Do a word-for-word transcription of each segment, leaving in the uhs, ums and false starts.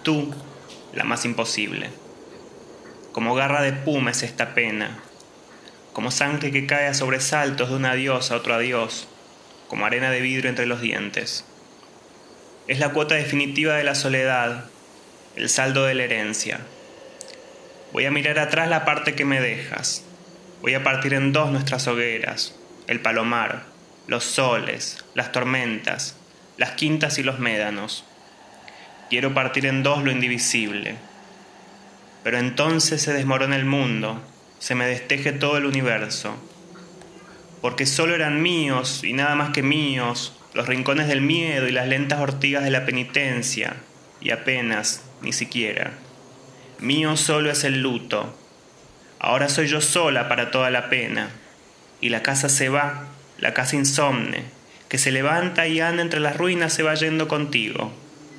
Tú, la más imposible. Como garra de puma es esta pena, como sangre que cae a sobresaltos de un adiós a otro adiós, como arena de vidrio entre los dientes. Es la cuota definitiva de la soledad, el saldo de la herencia. Voy a mirar atrás la parte que me dejas. Voy a partir en dos nuestras hogueras, el palomar, los soles, las tormentas, las quintas y los médanos. Quiero partir en dos lo indivisible. Pero entonces se desmorona el mundo, se me desteje todo el universo. Porque solo eran míos y nada más que míos los rincones del miedo y las lentas ortigas de la penitencia, y apenas, ni siquiera. Mío solo es el luto. Ahora soy yo sola para toda la pena. Y la casa se va, la casa insomne, que se levanta y anda entre las ruinas se va yendo contigo.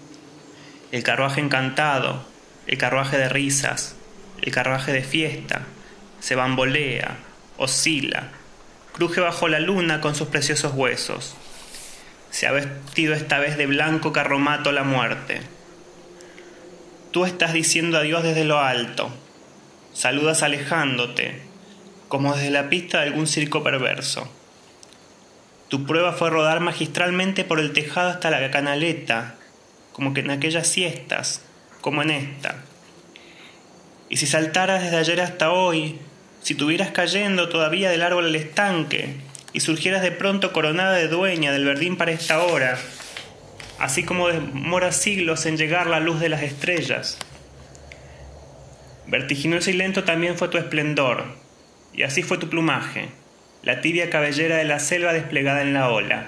El carruaje encantado, el carruaje de risas, el carruaje de fiesta, se bambolea, oscila, cruje bajo la luna con sus preciosos huesos. Se ha vestido esta vez de blanco carromato la muerte. Tú estás diciendo adiós desde lo alto. Saludas alejándote, como desde la pista de algún circo perverso. Tu prueba fue rodar magistralmente por el tejado hasta la canaleta, como que en aquellas siestas, como en esta. Y si saltaras desde ayer hasta hoy, si tuvieras cayendo todavía del árbol al estanque, y surgieras de pronto coronada de dueña del verdín para esta hora, así como demora siglos en llegar la luz de las estrellas. Vertiginoso y lento también fue tu esplendor, y así fue tu plumaje, la tibia cabellera de la selva desplegada en la ola.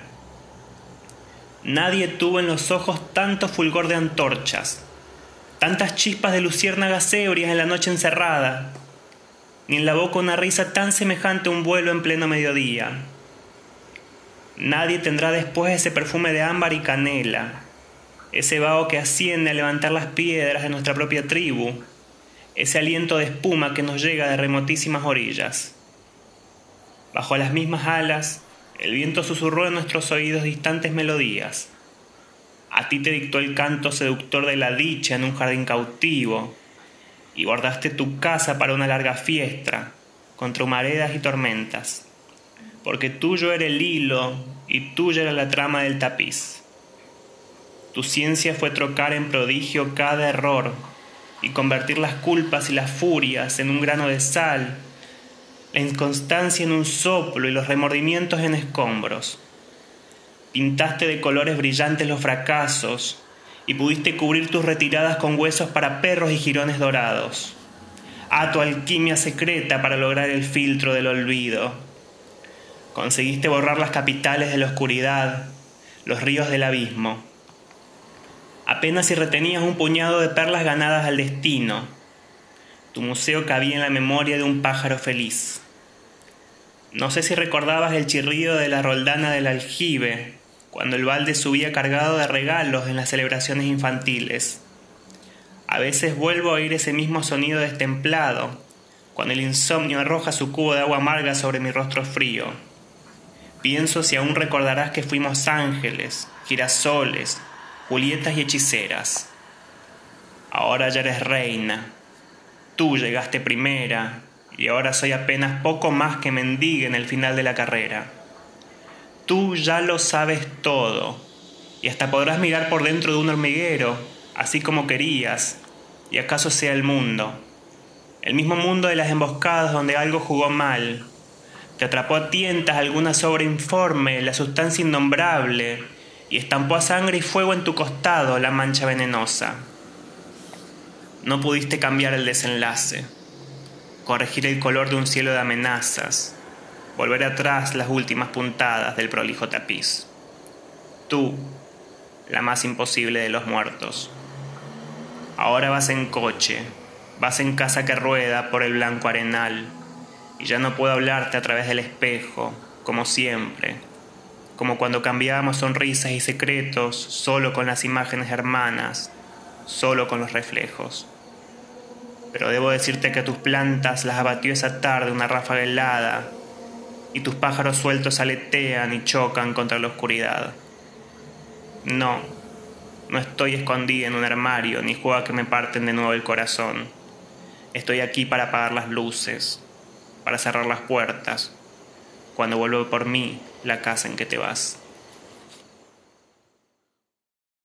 Nadie tuvo en los ojos tanto fulgor de antorchas, tantas chispas de luciérnagas ebrias en la noche encerrada, ni en la boca una risa tan semejante a un vuelo en pleno mediodía. Nadie tendrá después ese perfume de ámbar y canela, ese vaho que asciende a levantar las piedras de nuestra propia tribu, ese aliento de espuma que nos llega de remotísimas orillas. Bajo las mismas alas, el viento susurró en nuestros oídos distantes melodías. A ti te dictó el canto seductor de la dicha en un jardín cautivo, y guardaste tu casa para una larga fiesta, contra humaredas y tormentas, porque tuyo era el hilo y tuya era la trama del tapiz. Tu ciencia fue trocar en prodigio cada error y convertir las culpas y las furias en un grano de sal, la inconstancia en un soplo y los remordimientos en escombros. Pintaste de colores brillantes los fracasos y pudiste cubrir tus retiradas con huesos para perros y jirones dorados. A tu alquimia secreta para lograr el filtro del olvido. Conseguiste borrar las capitales de la oscuridad, los ríos del abismo. Apenas si retenías un puñado de perlas ganadas al destino. Tu museo cabía en la memoria de un pájaro feliz. No sé si recordabas el chirrido de la roldana del aljibe, cuando el balde subía cargado de regalos en las celebraciones infantiles. A veces vuelvo a oír ese mismo sonido destemplado, cuando el insomnio arroja su cubo de agua amarga sobre mi rostro frío. Pienso si aún recordarás que fuimos ángeles, girasoles, Julietas y hechiceras. Ahora ya eres reina. Tú llegaste primera, y ahora soy apenas poco más que mendiga en el final de la carrera. Tú ya lo sabes todo, y hasta podrás mirar por dentro de un hormiguero, así como querías, y acaso sea el mundo. El mismo mundo de las emboscadas donde algo jugó mal. Te atrapó a tientas alguna sobreinforme, la sustancia innombrable, y estampó a sangre y fuego en tu costado la mancha venenosa. No pudiste cambiar el desenlace, corregir el color de un cielo de amenazas, volver atrás las últimas puntadas del prolijo tapiz. Tú, la más imposible de los muertos. Ahora vas en coche, vas en casa que rueda por el blanco arenal, y ya no puedo hablarte a través del espejo, como siempre, como cuando cambiábamos sonrisas y secretos solo con las imágenes hermanas, solo con los reflejos. Pero debo decirte que tus plantas las abatió esa tarde una ráfaga helada, y tus pájaros sueltos aletean y chocan contra la oscuridad. No, no estoy escondida en un armario, ni juego a que me parten de nuevo el corazón. Estoy aquí para apagar las luces, para cerrar las puertas, cuando vuelvo por mí la casa en que te vas.